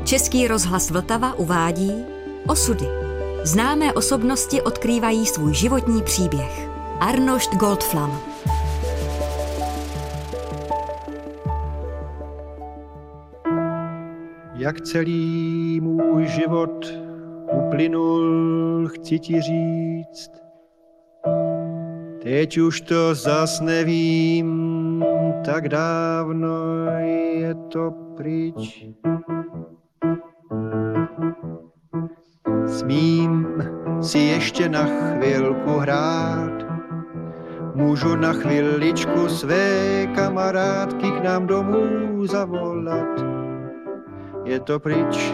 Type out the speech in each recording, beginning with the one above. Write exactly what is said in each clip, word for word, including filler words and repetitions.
Český rozhlas Vltava uvádí Osudy. Známé osobnosti odkrývají svůj životní příběh. Arnošt Goldflam. Jak celý můj život uplynul, chci ti říct. Teď už to zas nevím, tak dávno je to pryč. Smím si ještě na chvilku hrát, můžu na chviličku své kamarádky k nám domů zavolat. Je to pryč,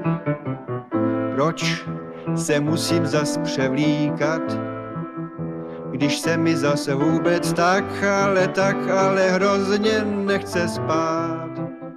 proč se musím zas převlíkat, když se mi zase vůbec tak, ale tak, ale hrozně nechce spát.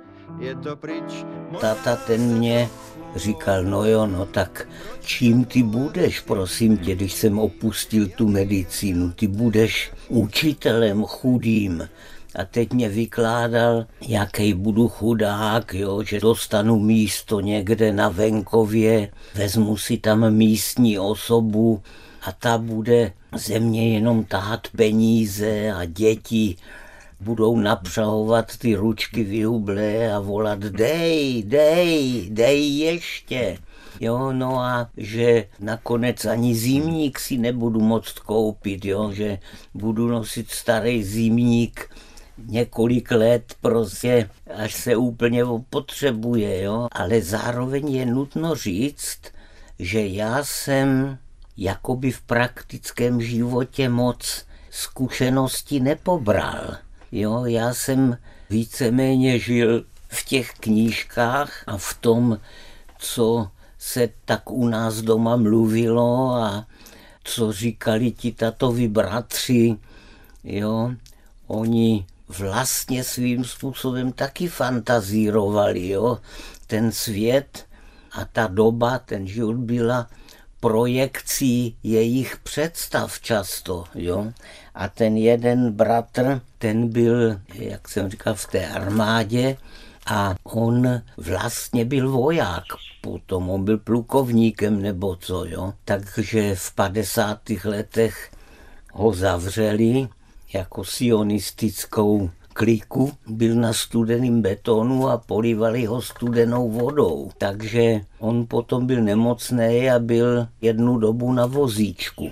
Je to pryč. Tata ten mě říkal, no jo, no tak čím ty budeš, prosím tě, když jsem opustil tu medicínu, ty budeš učitelem chudým. A teď mě vykládal, jaký budu chudák, jo, že dostanu místo někde na venkově, vezmu si tam místní osobu a ta bude ze mě jenom tahat peníze a děti budou napřahovat ty ručky vyhublé a volat dej, dej, dej ještě. Jo, no a že nakonec ani zimník si nebudu moct koupit, jo, že budu nosit starý zimník několik let prostě, až se úplně potřebuje, jo. Ale zároveň je nutno říct, že já jsem jakoby v praktickém životě moc zkušenosti nepobral. Jo, já jsem víceméně žil v těch knížkách a v tom, co se tak u nás doma mluvilo a co říkali ti tatovi bratři, jo. Oni vlastně svým způsobem taky fantazírovali, jo. Ten svět a ta doba, ten život byla projekcí jejich představ často, jo. A ten jeden bratr, ten byl, jak jsem říkal, v té armádě a on vlastně byl voják. Potom on byl plukovníkem nebo co, jo. Takže v padesátých letech ho zavřeli jako sionistickou kliku, byl na studeném betonu a polívali ho studenou vodou. Takže on potom byl nemocný a byl jednu dobu na vozíčku.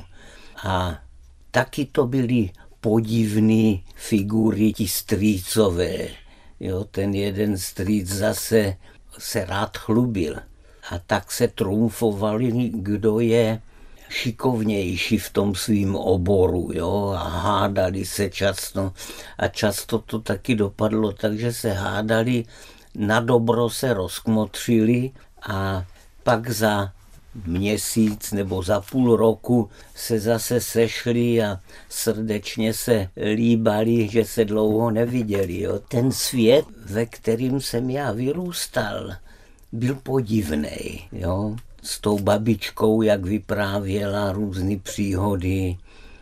A taky to byly podivné figury, ti strýcové. Jo, ten jeden strýc zase se rád chlubil. A tak se trumfovali, kdo je šikovnější v tom svým oboru, jo, a hádali se často a často to taky dopadlo, takže se hádali, na dobro se rozkmotřili a pak za měsíc nebo za půl roku se zase sešli a srdečně se líbali, že se dlouho neviděli, jo. Ten svět, ve kterým jsem já vyrůstal, byl podivnej, jo. S tou babičkou, jak vyprávěla různý příhody,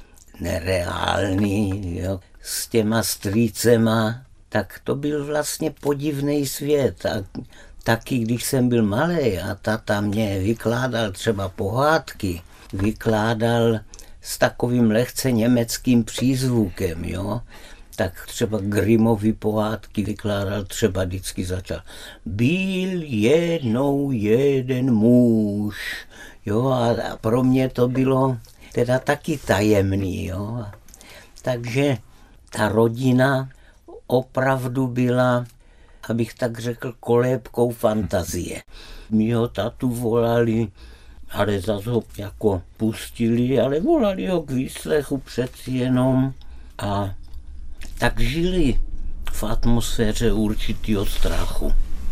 nereální, jo. S těma strýcema, tak to byl vlastně podivný svět. A taky, když jsem byl malý a tata mě vykládal třeba pohádky, vykládal s takovým lehce německým přízvukem, jo. Tak třeba Grimmovy pohádky vykládal, třeba vždycky začal. Byl jednou jeden muž, jo, a pro mě to bylo teda taky tajemný, jo. Takže ta rodina opravdu byla, abych tak řekl, kolébkou fantazie. Mýho tatu volali, ale zase ho jako pustili, ale volali ho k výslechu přeci jenom a tak žili v atmosféře určitého strachu.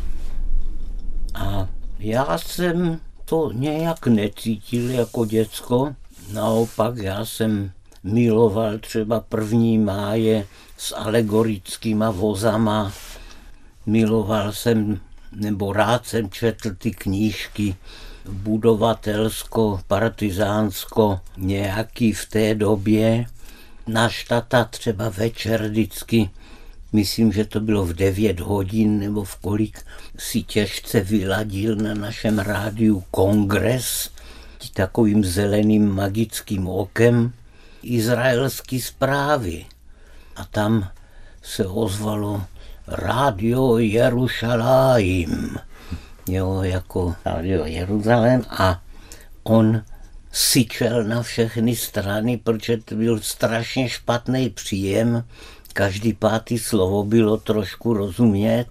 A já jsem to nějak necítil jako děcko. Naopak já jsem miloval třeba první máje s alegorickýma vozama. Miloval jsem, nebo rád jsem četl ty knížky budovatelsko, partizánsko, nějaký v té době. Náš tata třeba večer vždycky myslím, že to bylo v devět hodin nebo v kolik, si těžce vyladil na našem rádiu Kongres takovým zeleným magickým okem izraelský zprávy. A tam se ozvalo Rádio Jerušalájim, jo, jako Rádio Jeruzalém, a on syčel na všechny strany, protože to byl strašně špatný příjem, každý pátý slovo bylo trošku rozumět,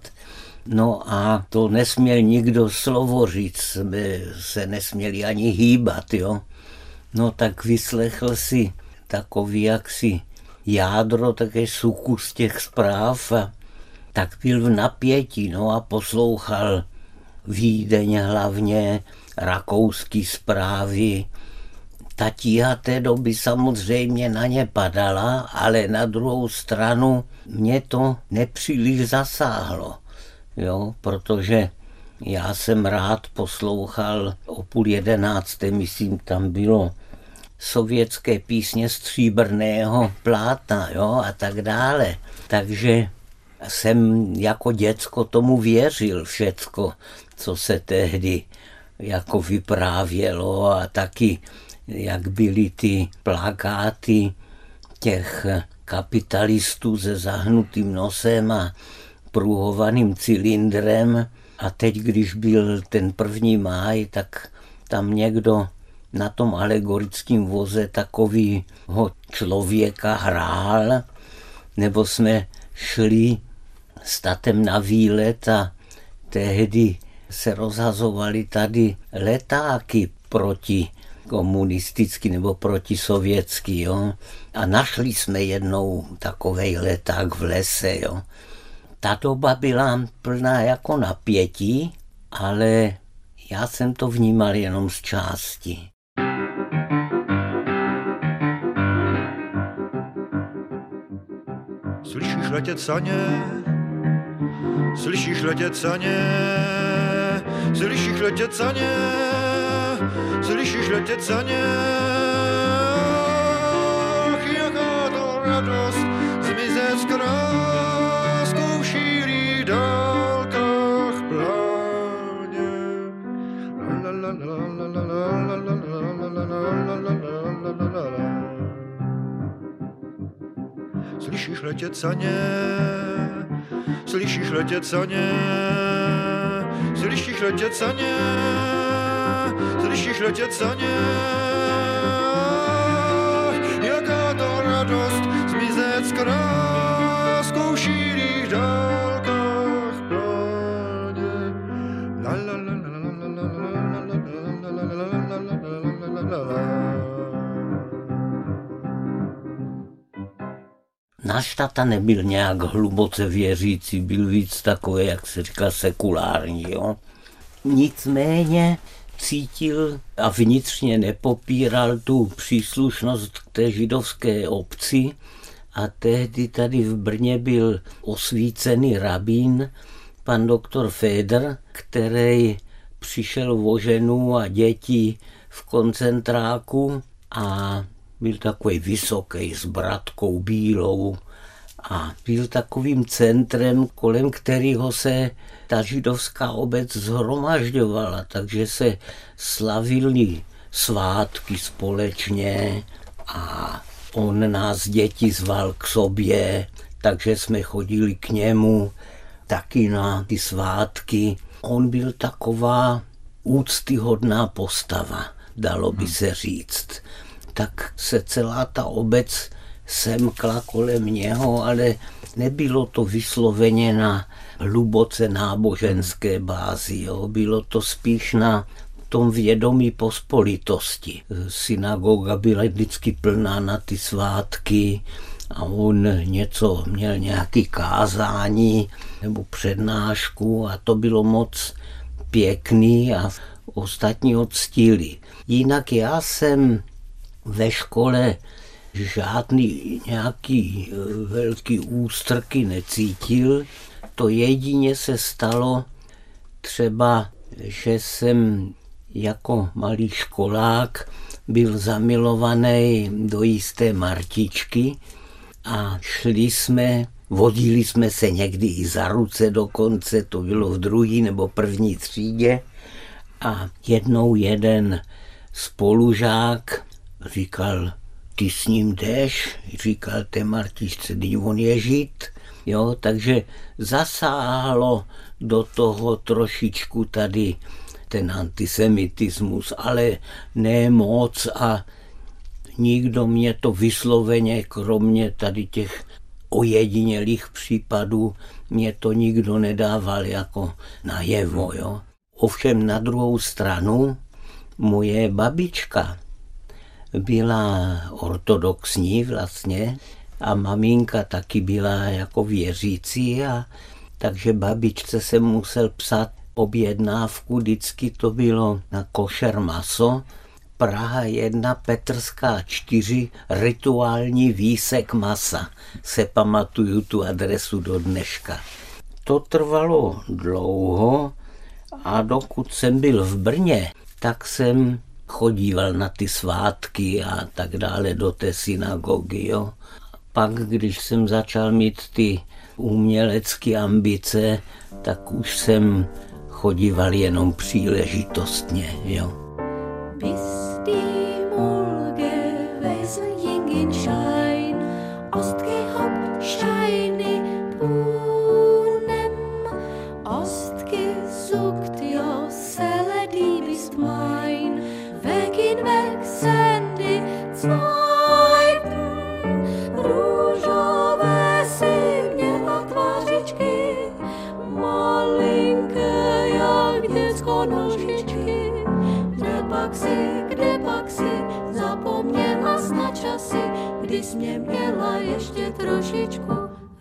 no a to nesměl nikdo slovo říct, se nesměli ani hýbat, jo. No tak vyslechl si takový jaksi jádro, také sukus těch zpráv a tak byl v napětí, no a poslouchal Vídeň hlavně, rakouský zprávy. Ta tíha té doby samozřejmě na ně padala, ale na druhou stranu mě to nepříliš zasáhlo, jo, protože já jsem rád poslouchal o půl jedenácté, myslím, tam bylo sovětské písně stříbrného plátna, jo, a tak dále. Takže jsem jako děcko tomu věřil všecko, co se tehdy jako vyprávělo, a taky jak byly ty plakáty těch kapitalistů se zahnutým nosem a pruhovaným cylindrem. A teď, když byl ten první máj, tak tam někdo na tom alegorickém voze takovýho člověka hrál, nebo jsme šli s tatem na výlet a tehdy se rozhazovaly tady letáky proti komunistický nebo protisovětský, jo. A našli jsme jednou takovej leták v lese, jo. Ta doba byla plná jako napětí, ale já jsem to vnímal jenom z části. Slyšíš letět saně, slyšíš letět saně, slyšíš letět saně, slyšíš letět saně. Ach, jaká to radost, zmizet z kráskou v šířích dálkách pláně. La la la la la la la la la la la. Slyšíš letět saně, slyšíš letět saně, slyšíš letět saně, slyšíš letět saně. Ach, jaká to radost, zmizet z kráskou v šířích dálkách pláně. La la la la la la la la la la la. Náš tata nebyl nějak hluboce věřící, byl víc takový, jak se říká, sekulární. Jo? Nicméně cítil a vnitřně nepopíral tu příslušnost k té židovské obci a tehdy tady v Brně byl osvícený rabín, pan doktor Feder, který přišel o ženu a děti v koncentráku a byl takový vysoký s bratkou bílou a byl takovým centrem, kolem kterého se ta židovská obec zhromažďovala, takže se slavili svátky společně a on nás děti zval k sobě, takže jsme chodili k němu taky na ty svátky. On byl taková úctyhodná postava, dalo by se říct. Tak se celá ta obec semkla kolem něho, ale nebylo to vysloveně na hluboce náboženské bázi. Jo. Bylo to spíš na tom vědomí pospolitosti. Synagoga byla vždycky plná na ty svátky a on něco měl nějaký kázání nebo přednášku a to bylo moc pěkný a ostatní octili. Jinak já jsem ve škole žádný nějaký velký ústrky necítil. To jedině se stalo třeba, že jsem jako malý školák byl zamilovaný do jisté Martičky a šli jsme vodili jsme se někdy i za ruce dokonce, to bylo v druhý nebo první třídě. A jednou jeden spolužák říkal, ty s ním jdeš? Říkal té Martišce, když on je žid. Jo, takže zasáhlo do toho trošičku tady ten antisemitismus, ale ne moc a nikdo mě to vysloveně, kromě tady těch ojedinělých případů, mě to nikdo nedával jako najevo. Jo. Ovšem na druhou stranu moje babička byla ortodoxní vlastně a maminka taky byla jako věřící, a takže babičce jsem musel psát objednávku, vždycky to bylo na košer maso, Praha jedna, Petrská čtyři, rituální výsek masa. Se pamatuju tu adresu do dneška. To trvalo dlouho a dokud jsem byl v Brně, tak jsem chodíval na ty svátky a tak dále do té synagogy. Jo. Pak, když jsem začal mít ty umělecké ambice, tak už jsem chodíval jenom příležitostně. Jo. Bis die Morgen weißen jingen Schein, Ostgehabt-Scheine punem, Ostgesucht jo selle die bist mein, weg in weg sind die Zweiten, růžové si měla tvářičky, malinké jak děcko nožičky. Kde pak si, kde pak si, zapomněla na časy, kdy jsi mě měla ještě trošičku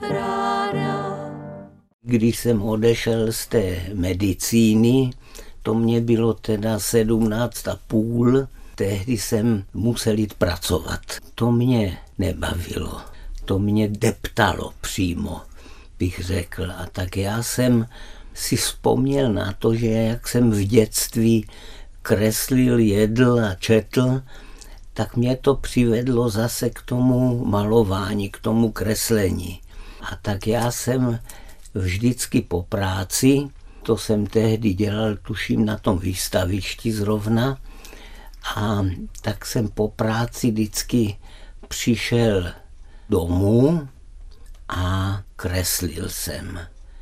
ráda. Když jsem odešel z té medicíny, to mě bylo teda sedmnáct a půl, tehdy jsem musel jít pracovat. To mě nebavilo, to mě deptalo přímo, bych řekl. A tak já jsem si vzpomněl na to, že jak jsem v dětství kreslil, jedl a četl, tak mě to přivedlo zase k tomu malování, k tomu kreslení. A tak já jsem vždycky po práci, to jsem tehdy dělal, tuším, na tom výstavišti zrovna, a tak jsem po práci vždycky přišel domů a kreslil jsem.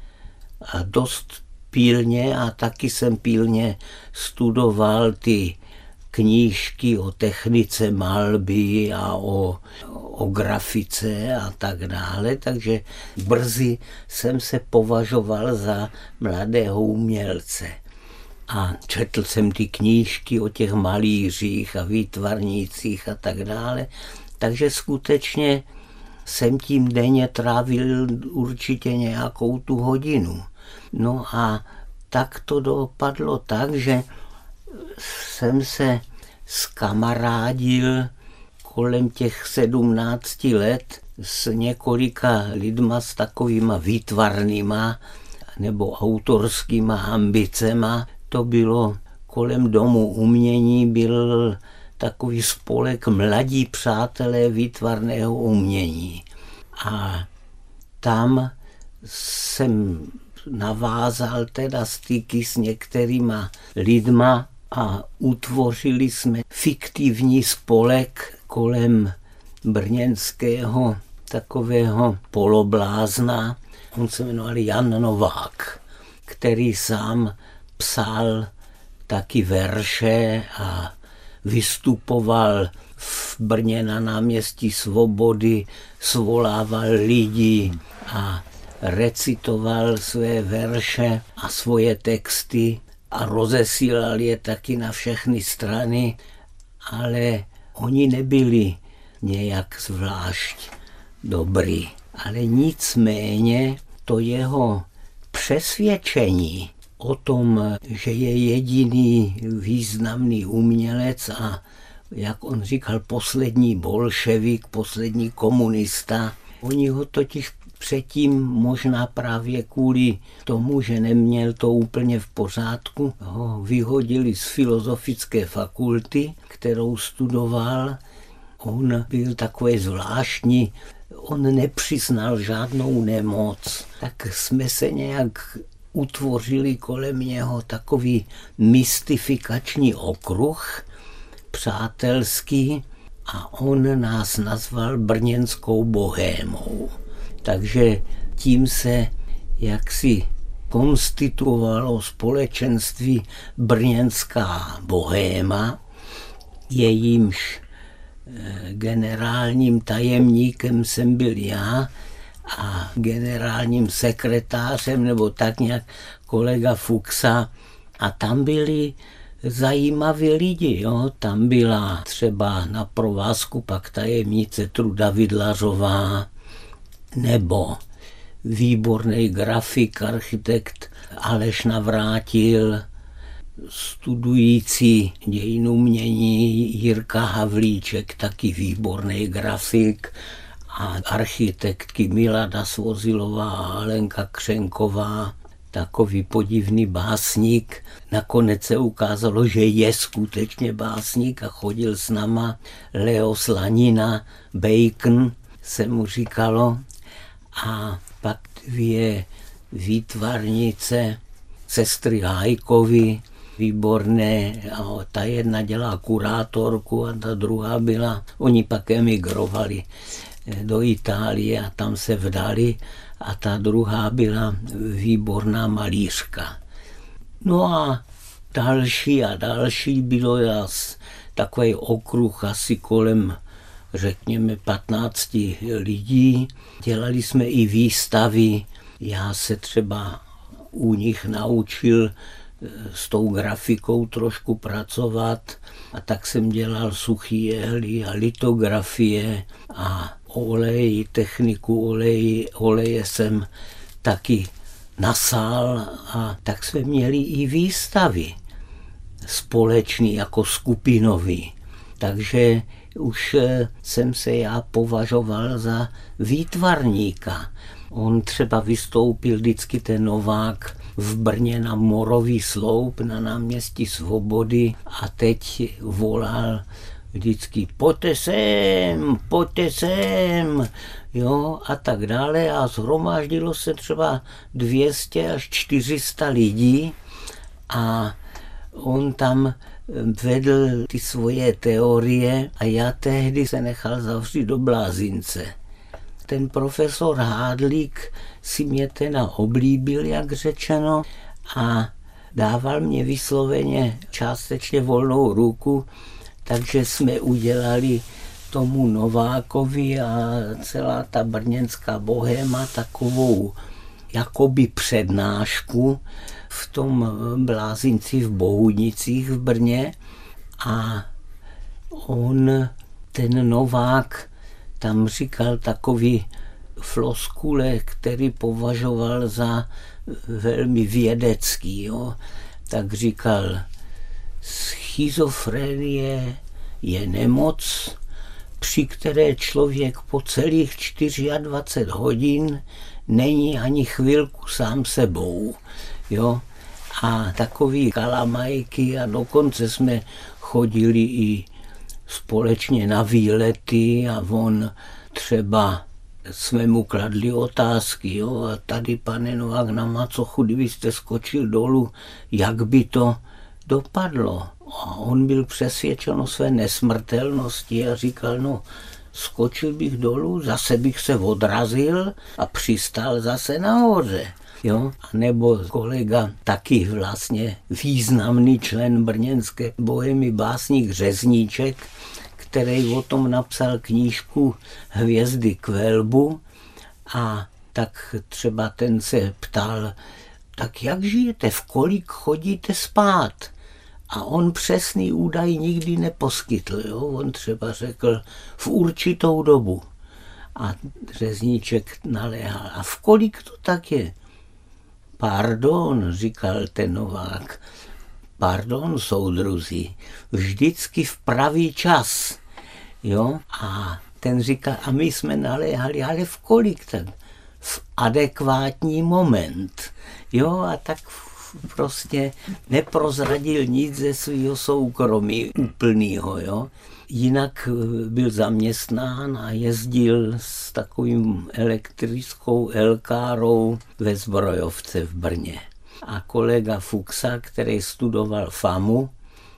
A dost pilně, a taky jsem pilně studoval ty knížky o technice malby a o, o grafice a tak dále, takže brzy jsem se považoval za mladého umělce. A četl jsem ty knížky o těch malířích a výtvarnících a tak dále, takže skutečně jsem tím denně trávil určitě nějakou tu hodinu. No a tak to dopadlo tak, že jsem se skamarádil kolem těch sedmnácti let s několika lidma s takovýma výtvarnýma nebo autorskýma ambicema. To bylo kolem Domu umění, byl takový spolek Mladí přátelé výtvarného umění. A tam jsem navázal teda styky s některýma lidma a utvořili jsme fiktivní spolek kolem brněnského takového poloblázna. On se jmenoval Jan Novák, který sám psal taky verše a vystupoval v Brně na náměstí Svobody, svolával lidi a recitoval své verše a svoje texty a rozesílal je taky na všechny strany, ale oni nebyli nějak zvlášť dobrý. Ale nicméně to jeho přesvědčení o tom, že je jediný významný umělec a jak on říkal, poslední bolševik, poslední komunista, oni ho totiž předtím možná právě kvůli tomu, že neměl to úplně v pořádku, ho vyhodili z filozofické fakulty, kterou studoval. On byl takový zvláštní, on nepřiznal žádnou nemoc, tak jsme se nějak utvořili kolem něho takový mystifikační okruh, přátelský, a on nás nazval brněnskou bohémou. Takže tím se jaksi konstituovalo společenství brněnská bohéma, jejímž generálním tajemníkem jsem byl já a generálním sekretářem nebo tak nějak kolega Fuxa, a tam byli zajímaví lidi. Jo? Tam byla třeba na provázku pak tajemnice Truda Vidlařová nebo výborný grafik, architekt Aleš Navrátil, studující dějinu umění Jirka Havlíček, taky výborný grafik, a architektky Milada Svozilová a Alenka Křenková, takový podivný básník. Nakonec se ukázalo, že je skutečně básník a chodil s náma. Leo Slanina, Bacon se mu říkalo. A pak dvě výtvarnice, sestry Hajkovy, výborné, a ta jedna dělá kurátorku a ta druhá byla, oni pak emigrovali do Itálie a tam se vdali, a ta druhá byla výborná malířka. No a další a další bylo jas, takový okruh asi kolem, řekněme, patnácti lidí. Dělali jsme i výstavy, já se třeba u nich naučil s tou grafikou trošku pracovat, a tak jsem dělal suchý jehly a litografie a olej, techniku oleji, oleje jsem taky nasál, a tak jsme měli i výstavy společný jako skupinový. Takže už jsem se já považoval za výtvarníka. On třeba vystoupil vždycky ten Novák v Brně na Morový sloup na náměstí Svobody a teď volal vždycky pojďte sem, pojďte sem, jo, a tak dále, a shromáždilo se třeba dvě stě až čtyři sta lidí a on tam vedl ty svoje teorie a já tehdy se nechal zavřít do blázince. Ten profesor Hádlík si mě teda oblíbil, jak řečeno, a dával mě vysloveně částečně volnou ruku, takže jsme udělali tomu Novákovi a celá ta brněnská bohéma takovou jakoby přednášku v tom blázinci v Bohunicích v Brně, a on, ten Novák, tam říkal takový floskule, který považoval za velmi vědecký. Jo. Tak říkal, schizofrenie je nemoc, při které člověk po celých dvacet čtyři hodin není ani chvilku sám sebou. Jo. A takový kalamajky, a dokonce jsme chodili i společně na výlety a on třeba jsme mu kladli otázky, jo, a tady, pane Novák, na macochu, kdybyste skočil dolů, jak by to dopadlo? A on byl přesvědčen o své nesmrtelnosti a říkal, no, skočil bych dolů, zase bych se odrazil a přistál zase nahoře. Jo? A nebo kolega, taky vlastně významný člen brněnské bohémy, básník Řezníček, který o tom napsal knížku Hvězdy k Velbu, a tak třeba ten se ptal, tak jak žijete, v kolik chodíte spát? A on přesný údaj nikdy neposkytl. Jo? On třeba řekl v určitou dobu. A Řezníček naléhal, a v kolik to tak je? Pardon, říkal ten Novák, pardon, soudruzi, vždycky v pravý čas. Jo? A ten říkal, a my jsme naléhali, ale v kolik tak? V adekvátní moment. Jo? A tak prostě neprozradil nic ze svého soukromí úplnýho, jo. Jinak byl zaměstnán a jezdil s takovým elektrickou elkárou ve zbrojovce v Brně. A kolega Fuxa, který studoval FAMu,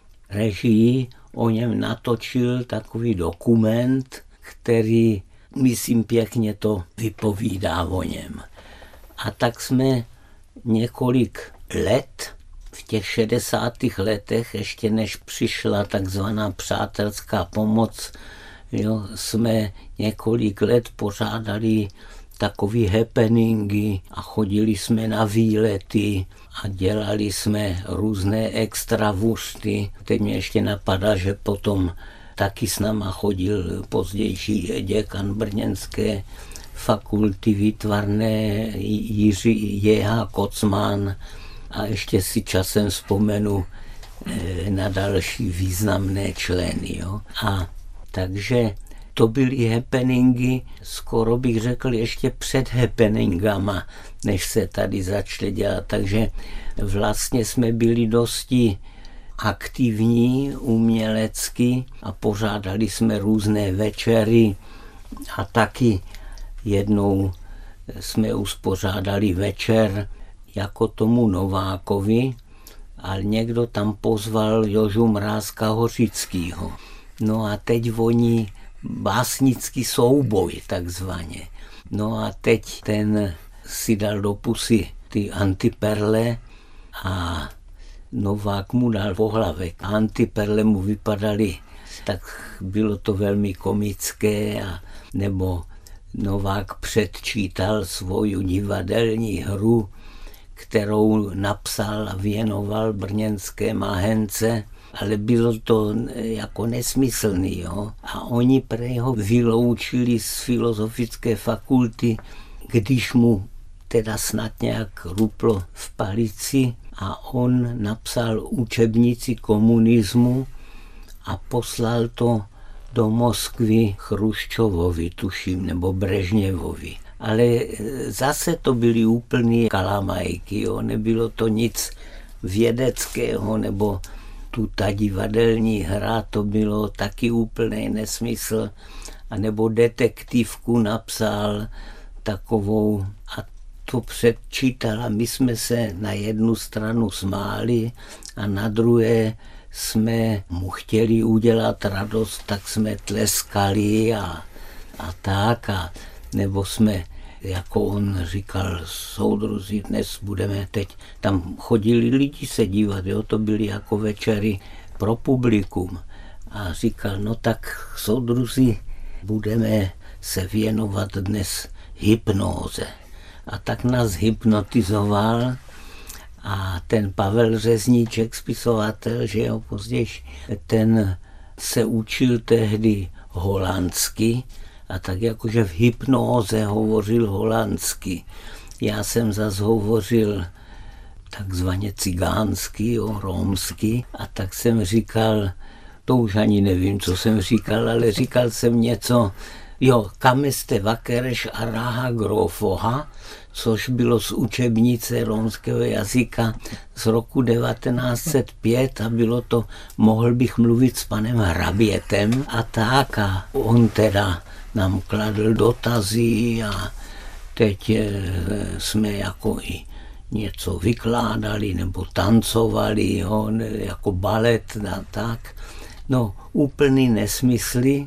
režii, o něm natočil takový dokument, který, myslím, pěkně to vypovídá o něm. A tak jsme několik let, v těch šedesátých letech, ještě než přišla takzvaná přátelská pomoc, jo, jsme několik let pořádali takový happeningy a chodili jsme na výlety a dělali jsme různé extravušty. Teď mě ještě napadá, že potom taky s náma chodil pozdější děkan brněnské fakulty výtvarné Jiří J H Kocman a ještě si časem vzpomenu na další významné členy. Jo. A takže to byly happeningy, skoro bych řekl ještě před happeningama, než se tady začaly dělat. Takže vlastně jsme byli dosti aktivní umělecky a pořádali jsme různé večery a taky jednou jsme uspořádali večer jako tomu Novákovi, ale někdo tam pozval Jožu Mrázka Hořickýho. No a teď oni básnický souboj takzvaně. No a teď ten si dal do pusy ty antiperle a Novák mu dal pohlavek. Antiperle mu vypadaly, tak bylo to velmi komické, a nebo Novák předčítal svou divadelní hru, kterou napsal a věnoval brněnské Mahence, ale bylo to jako nesmyslný. Jo? A oni prej ho vyloučili z filozofické fakulty, když mu teda snad nějak ruplo v palici a on napsal učebnici komunismu a poslal to do Moskvy Chruščovovi, tuším, nebo Brežněvovi. Ale zase to byly úplný kalamajky, jo? Nebylo to nic vědeckého, nebo tu ta divadelní hra, to bylo taky úplný nesmysl. A nebo detektivku napsal takovou a to předčítal a my jsme se na jednu stranu smáli a na druhé jsme mu chtěli udělat radost, tak jsme tleskali a, a tak. A nebo jsme, jako on říkal, soudruzi, dnes budeme teď, tam chodili lidi se dívat, jo, to byly jako večery pro publikum. A říkal, no tak soudruzi, budeme se věnovat dnes hypnóze. A tak nás hypnotizoval a ten Pavel Řezníček, spisovatel, že jo, později, ten se učil tehdy holandsky a tak jakože v hypnóze hovořil holandsky. Já jsem zase hovořil takzvaně cigánsky, jo, rómsky, a tak jsem říkal, to už ani nevím, co jsem říkal, ale říkal jsem něco, jo, kameste vakereš a raha grofoha, což bylo z učebnice rómského jazyka z roku devatenáct set pět a bylo to, mohl bych mluvit s panem hrabětem a tak. A on teda nám kladl dotazy a teď jsme jako i něco vykládali nebo tancovali, jo, jako balet a tak. No, úplný nesmysly.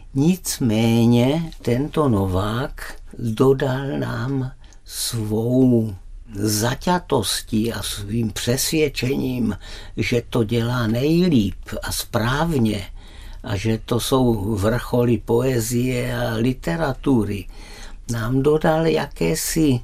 Nicméně tento Novák dodal nám svou zaťatostí a svým přesvědčením, že to dělá nejlíp a správně a že to jsou vrcholy poezie a literatury, nám dodal jakési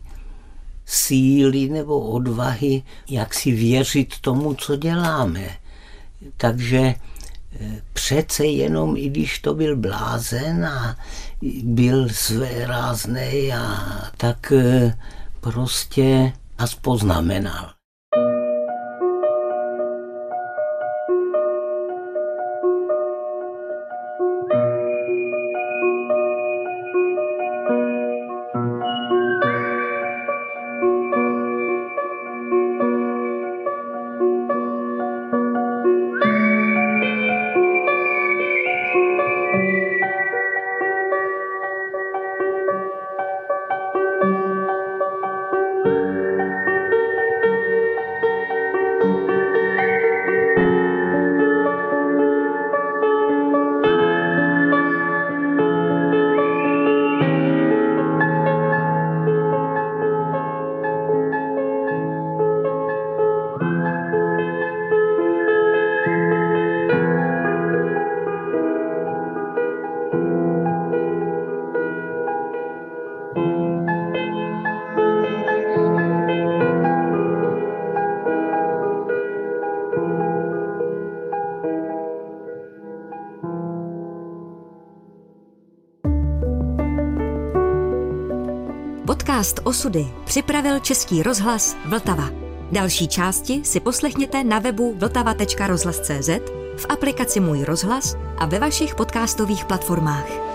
síly nebo odvahy, jak si věřit tomu, co děláme. Takže přece jenom, i když to byl blázen a byl svéráznej, a tak prostě nás poznamenal. Podcast Osudy připravil Český rozhlas Vltava. Další části si poslechněte na webu vltava tečka rozhlas tečka cé zet, v aplikaci Můj rozhlas a ve vašich podcastových platformách.